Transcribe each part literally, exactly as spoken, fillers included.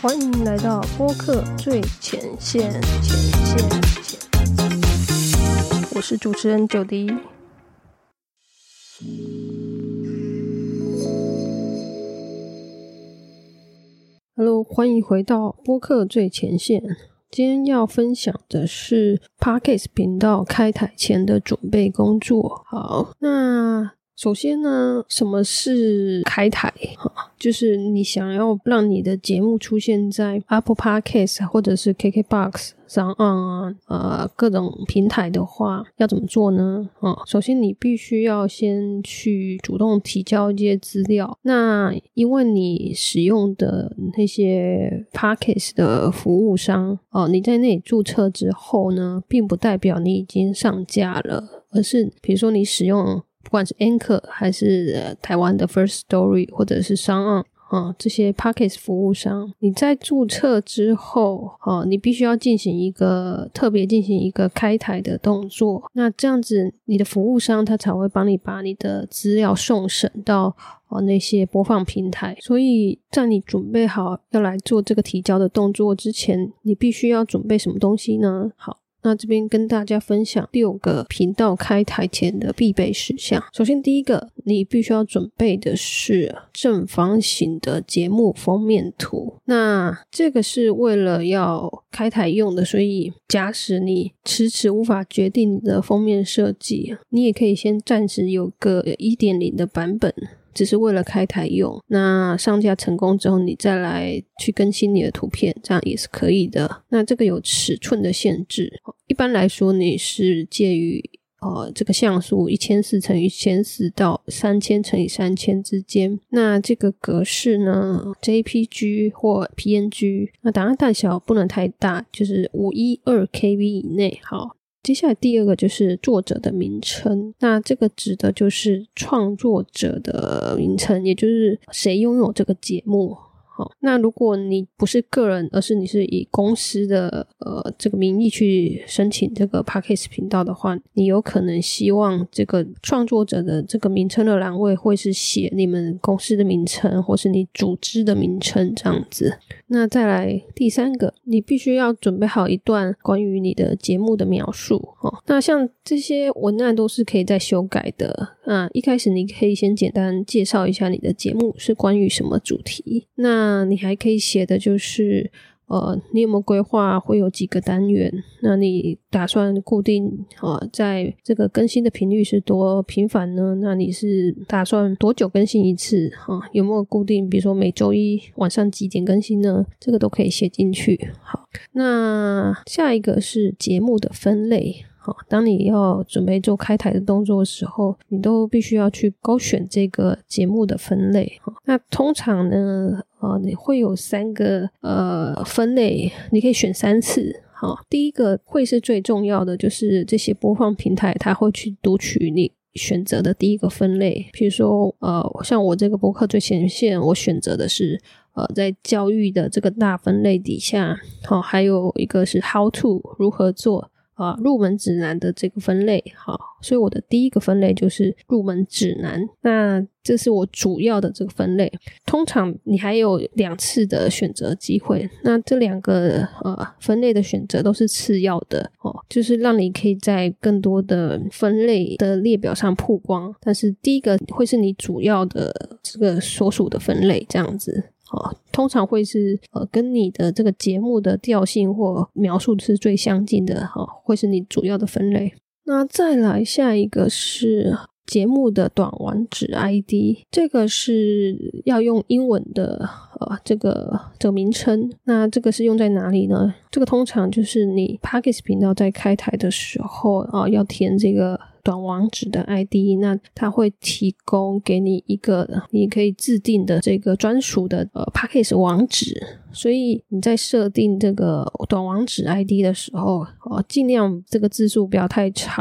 欢迎来到播客最前线，前线，前线。我是主持人九迪。Hello， 欢迎回到播客最前线。今天要分享的是 Podcast 频道开台前的准备工作。好，那首先呢，什么是开台？就是你想要让你的节目出现在 Apple Podcast 或者是 K K B O X、SoundOn 啊，呃，各种平台的话，要怎么做呢？哦，首先你必须要先去主动提交一些资料。那因为你使用的那些 Podcast 的服务商，哦，你在那里注册之后呢，并不代表你已经上架了，而是比如说你使用不管是 Anchor 还是、呃、台湾的 First Story 或者是 SoundOn、哦、这些 Podcast 服务商，你在注册之后、哦、你必须要进行一个特别进行一个开台的动作。那这样子你的服务商他才会帮你把你的资料送审到、哦、那些播放平台。所以在你准备好要来做这个提交的动作之前，你必须要准备什么东西呢？好，那这边跟大家分享六个频道开台前的必备事项。首先第一个，你必须要准备的是正方形的节目封面图。那这个是为了要开台用的，所以假使你迟迟无法决定你的封面设计，你也可以先暂时有个 一点零 的版本，只是为了开台用。那上架成功之后，你再来去更新你的图片，这样也是可以的。那这个有尺寸的限制，一般来说你是介于呃这个像素一千四乘以一千四到三千乘以三千之间。那这个格式呢 J P G 或 P N G， 那档案大小不能太大，就是五百一十二 K B 以内。好，接下来第二个就是作者的名称。那这个指的就是创作者的名称，也就是谁拥有这个节目。好，那如果你不是个人，而是你是以公司的呃这个名义去申请这个 Podcast 频道的话，你有可能希望这个创作者的这个名称的栏位会是写你们公司的名称或是你组织的名称这样子。那再来第三个，你必须要准备好一段关于你的节目的描述。哦，那像这些文案都是可以再修改的。啊，一开始你可以先简单介绍一下你的节目是关于什么主题。那你还可以写的就是呃，你有没有规划会有几个单元？那你打算固定呃，在这个更新的频率是多频繁呢？那你是打算多久更新一次？呃、有没有固定比如说每周一晚上几点更新呢？这个都可以写进去。好，那下一个是节目的分类。好，当你要准备做开台的动作的时候，你都必须要去勾选这个节目的分类。那通常呢呃，你会有三个呃分类，你可以选三次。好，第一个会是最重要的，就是这些播放平台它会去读取你选择的第一个分类。比如说呃，像我这个播客最前线，我选择的是呃，在教育的这个大分类底下，好，还有一个是 How to 如何做啊，入门指南的这个分类。好，所以我的第一个分类就是入门指南。那这是我主要的这个分类。通常你还有两次的选择机会，那这两个呃分类的选择都是次要的哦，就是让你可以在更多的分类的列表上曝光。但是第一个会是你主要的这个所属的分类，这样子。哦，通常会是呃跟你的这个节目的调性或描述是最相近的。哦，会是你主要的分类。那再来下一个是节目的短网址 I D， 这个是要用英文的呃这个这个名称。那这个是用在哪里呢？这个通常就是你 Podcast 频道在开台的时候啊，要填这个短网址的 I D， 那它会提供给你一个你可以自定的这个专属的呃 Podcast 网址。所以你在设定这个短网址 I D 的时候，呃，尽量这个字数不要太长。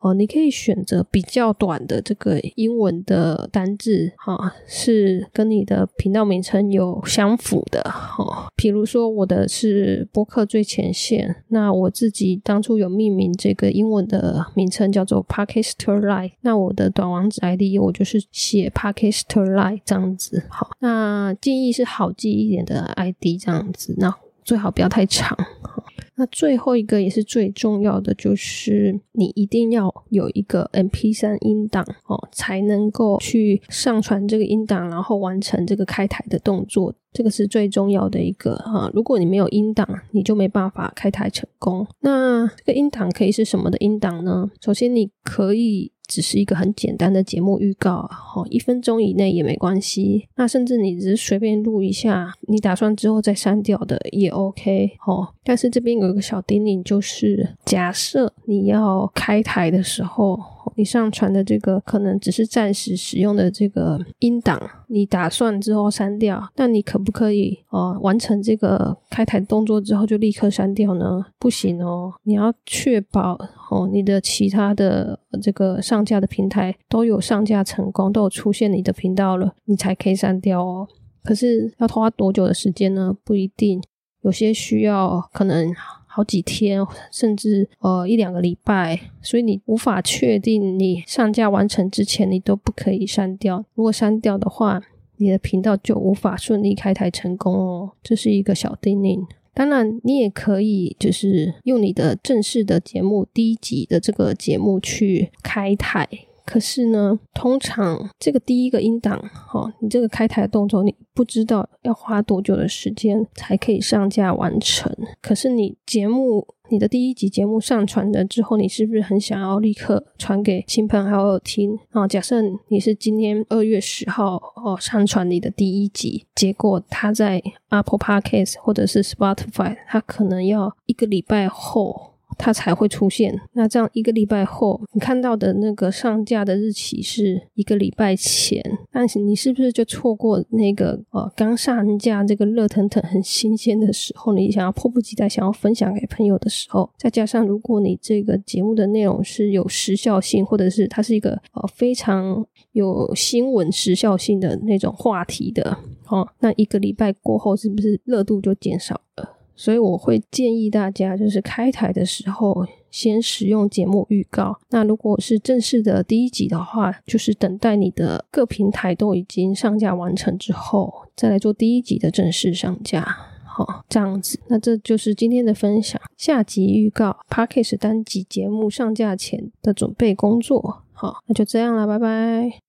哦，你可以选择比较短的这个英文的单字哈，是跟你的频道名称有相符的哈。比如说我的是播客最前线，那我自己当初有命名这个英文的名称叫做 Podcaster Live， 那我的短网址 I D 我就是写 Podcaster Live 这样子。好，那建议是好记一点的 I D 这样子，那最好不要太长。那最后一个也是最重要的，就是你一定要有一个 M P 三 音档哦，才能够去上传这个音档，然后完成这个开台的动作，这个是最重要的一个啊。如果你没有音档，你就没办法开台成功。那这个音档可以是什么的音档呢？首先你可以只是一个很简单的节目预告，哦，一分钟以内也没关系。那甚至你只是随便录一下，你打算之后再删掉的也 OK 哦。但是这边有一个小叮咛，就是假设你要开台的时候，你上传的这个可能只是暂时使用的这个音档，你打算之后删掉，那你可不可以呃完成这个开台动作之后就立刻删掉呢？不行哦，你要确保哦你的其他的这个上架的平台都有上架成功，都有出现你的频道了，你才可以删掉哦。可是要花多久的时间呢？不一定，有些需要可能好几天，甚至呃一两个礼拜，所以你无法确定你上架完成之前你都不可以删掉。如果删掉的话，你的频道就无法顺利开台成功哦，这是一个小叮咛。当然你也可以就是用你的正式的节目第一集的这个节目去开台，可是呢通常这个第一个音档哦，你这个开台的动作你不知道要花多久的时间才可以上架完成。可是你节目你的第一集节目上传了之后，你是不是很想要立刻传给亲朋好友听啊？假设你是今天二月十号哦上传你的第一集，结果它在 Apple Podcast 或者是 Spotify 它可能要一个礼拜后它才会出现。那这样一个礼拜后你看到的那个上架的日期是一个礼拜前，但是你是不是就错过那个呃刚上架这个热腾腾很新鲜的时候，你想要迫不及待想要分享给朋友的时候，再加上如果你这个节目的内容是有时效性，或者是它是一个呃非常有新闻时效性的那种话题的哦，那一个礼拜过后是不是热度就减少了？所以我会建议大家就是开台的时候先使用节目预告，那如果是正式的第一集的话，就是等待你的各平台都已经上架完成之后再来做第一集的正式上架。好，这样子，那这就是今天的分享。下集预告 Podcast 单集节目上架前的准备工作。好，那就这样啦，拜拜。